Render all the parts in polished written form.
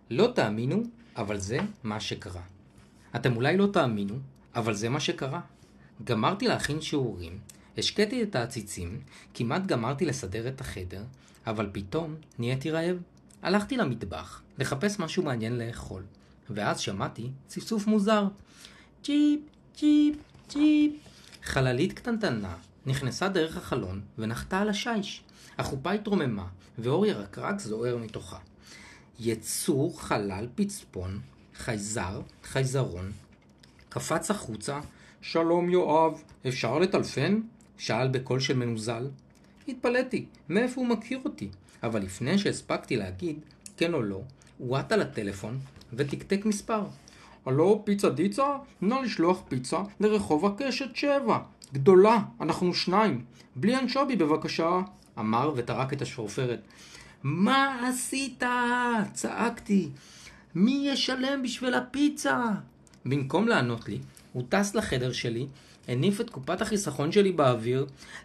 לא תאמינו, אבל זה מה שקרה. אתם אולי לא תאמינו, אבל זה מה שקרה. גמרתי להכין שיעורים, השקעתי את העציצים, כמעט גמרתי לסדר את החדר, אבל פתאום נהייתי רעב. הלכתי למטבח, לחפש משהו מעניין לאכול, ואז שמעתי צפצוף מוזר. צ'יפ, צ'יפ, צ'יפ. חללית קטנטנה נכנסה דרך החלון ונחתה על השיש. החופה התרוממה, ואור ירקרק זוהר מתוכה. יצור חלל פצפון, חייזרון, קפץ החוצה. שלום יואב, אפשר לטלפן? שאל בקול של מנוזל. התפלאתי, מאיפה הוא מכיר אותי? אבל לפני שהספקתי להגיד כן או לא, הוא עט על הטלפון ותקתק מספר. הלו, פיצה דיצה? נא לשלוח פיצה לרחוב הקשת 7. גדולה, אנחנו 2. בלי אנשובי בבקשה. אמר וטרק את השפורפרת. מה עשית? צעקתי. מי ישלם בשביל הפיצה? במקום לענות לי, הוא טס לחדר שלי, הניף את קופת החיסכון שלי באוויר.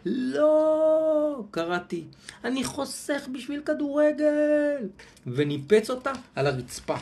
לא! קראתי. אני חוסך בשביל כדורגל! וניפץ אותה על הרצפה.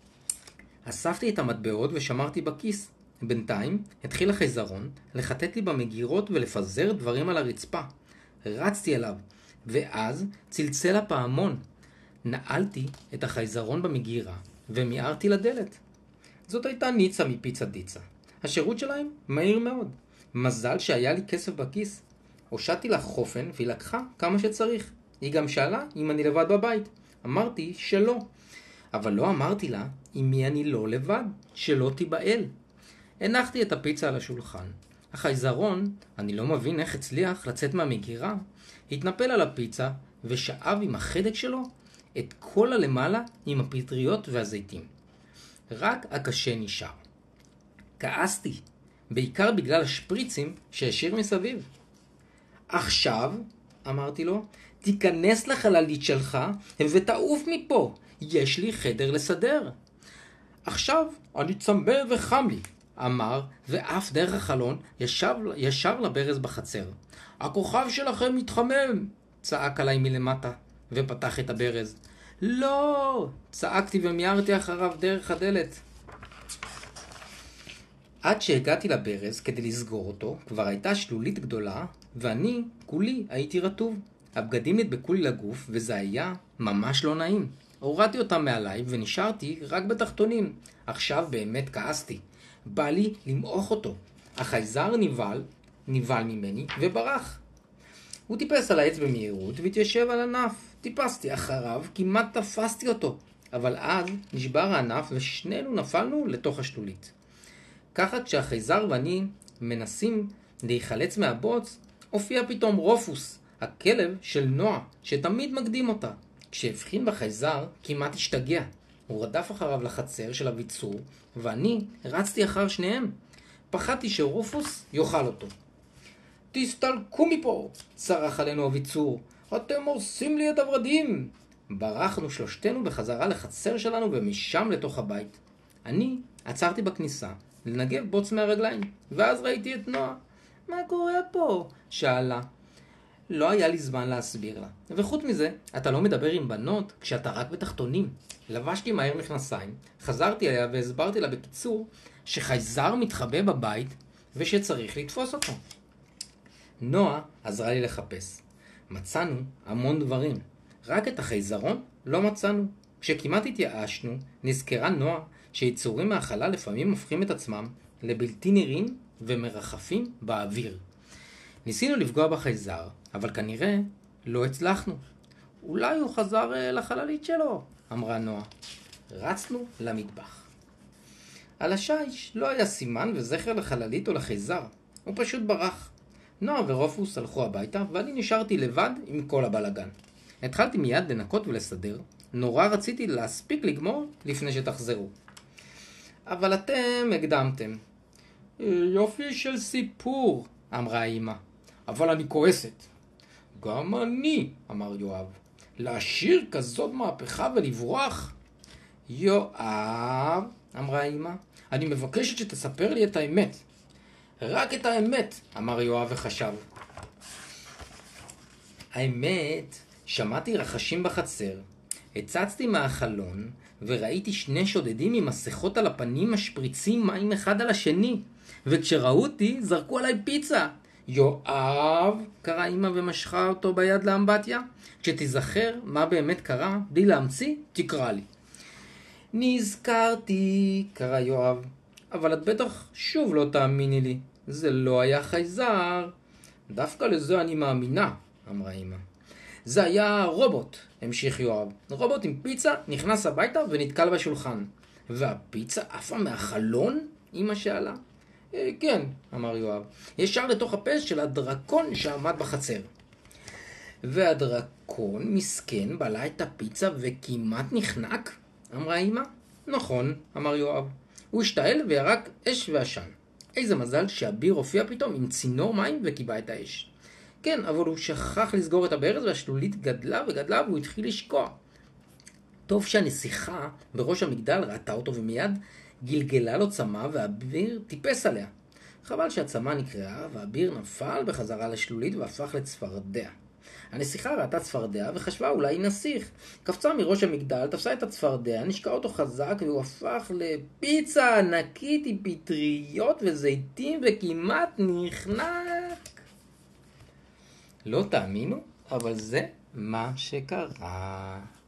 אספתי את המטבעות ושמרתי בכיס. בינתיים התחיל החייזרון לחטט לי במגירות ולפזר דברים על הרצפה. רצתי אליו, ואז צלצל הפעמון. נעלתי את החייזרון במגירה ומיהרתי לדלת. זאת הייתה ניצה מפיצה דיצה. השירות שלהם מהיר מאוד. מזל שהיה לי כסף בכיס. הושעתי לה חופן והיא לקחה כמה שצריך. היא גם שאלה אם אני לבד בבית. אמרתי שלא. אבל לא אמרתי לה עם מי אני לא לבד, שלא תיבעל. הנחתי את הפיצה על השולחן. החייזרון, אני לא מבין איך הצליח לצאת מהמגירה, התנפל על הפיצה ושאב עם החדק שלו את כל הלמעלה עם הפטריות והזיתים. רק הקשה נשאר. כעסתי, בעיקר בגלל השפריצים שהשאיר מסביב. עכשיו, אמרתי לו, תיכנס לחללית שלך ותעוף מפה, יש לי חדר לסדר. עכשיו אני צמא וחם לי, אמר, ואף דרך החלון ישר לברז בחצר. הכוכב שלכם מתחמם, צעק עליי מלמטה, ופתח את הברז. לא! צעקתי ומיהרתי אחריו דרך הדלת. עד שהגעתי לברז כדי לסגור אותו, כבר הייתה שלולית גדולה, ואני, כולי, הייתי רטוב. הבגדים נדבקו לי לגוף, וזה היה ממש לא נעים. הורדתי אותם מעליי ונשארתי רק בתחתונים. עכשיו באמת כעסתי. בא לי למעוך אותו. החייזר נבהל ממני וברח. הוא טיפס על העץ במהירות והתיישב על ענף. טיפסתי אחריו, כמעט תפסתי אותו. אבל אז נשבר הענף ושנינו נפלנו לתוך השלולית. ככה כשהחייזר ואני מנסים להיחלץ מהבוץ, הופיע פתאום רופוס, הכלב של נועה, שתמיד מקדים אותה. כשהבחין בחייזר, כמעט השתגע. הוא רדף אחריו לחצר של הביצור, ואני רצתי אחר שניהם. פחדתי שרופוס יאכל אותו. תסתלקו מפה, צרח עלינו הביצור. אתם הורסים לי את הורדים. ברחנו שלושתנו בחזרה לחצר שלנו ומשם לתוך הבית. אני עצרתי בכניסה לנגב בוץ מהרגליים, ואז ראיתי את נועה. מה קורה פה? שאלה. לא היה לי זמן להסביר לה. וחוץ מזה, אתה לא מדבר עם בנות כשאתה רק בתחתונים. לבשתי מהר מכנסיים, חזרתי אליה והסברתי לה בקיצור שחייזר מתחבא בבית ושצריך לתפוס אותו. נועה עזרה לי לחפש. מצאנו המון דברים. רק את החייזרון לא מצאנו. כשכמעט התייאשנו, נזכרה נועה שיצורים מהחלל לפעמים הופכים את עצמם לבלתי נראים ומרחפים באוויר. ניסינו לפגוע בחייזר, אבל כנראה לא הצלחנו. אולי הוא חזר לחללית שלו, אמרה נועה. רצנו למטבח. על השיש לא היה סימן וזכר לחללית או לחייזר. הוא פשוט ברח. נועה ורופוס הלכו הביתה ואני נשארתי לבד עם כל הבלגן. התחלתי מיד לנקות ולסדר. נורא רציתי להספיק לגמור לפני שתחזרו. אבל אתם הקדמתם. יופי של סיפור, אמרה האמא. אבל אני כועסת. גם אני, אמר יואב. להשאיר כזאת מהפכה ולברוח? יואב, אמרה האמא, אני מבקשת שתספר לי את האמת. רק את האמת, אמר יואב וחשב. האמת, שמעתי רחשים בחצר, הצצתי מהחלון וראיתי שני שודדים עם מסכות על הפנים משפריצים מים אחד על השני, וכשראו אותי זרקו עליי פיצה. יואב, קרא אמא ומשכה אותו ביד לאמבטיה, כשתיזכר מה באמת קרה, בלי להמציא, תקרא לי. נזכרתי, קרא יואב, אבל את בטח שוב לא תאמיני לי, זה לא היה חייזר. דווקא לזה אני מאמינה, אמרה אמא. זה היה רובוט, המשיך יואב. רובוט עם פיצה נכנס הביתה ונתקל בשולחן. והפיצה עפה מהחלון? אמא שאלה. כן, אמר יואב. ישר לתוך הפה של הדרקון שעמד בחצר. והדרקון מסכן בלע את הפיצה וכמעט נחנק? אמרה אמא. נכון, אמר יואב. הוא השתעל וירק אש ועשן. איזה מזל שהביר הופיע פתאום עם צינור מים וקיבע את האש. כן, אבל הוא שכח לסגור את הברז והשלולית גדלה וגדלה והוא התחיל לשקוע. טוב שהנסיכה בראש המגדל ראתה אותו ומיד גלגלה לו צמא והביר טיפס עליה. חבל שהצמא נקרעה והביר נפל בחזרה לשלולית והפך לצפרדע. הנסיכה ראתה צפרדע וחשבה אולי נסיך. קפצה מראש המגדל, תפסה את הצפרדע, נשקעה אותו חזק והוא הפך לפיצה ענקית עם פטריות וזיתים וכמעט נחנק. לא תאמינו, אבל זה מה שקרה.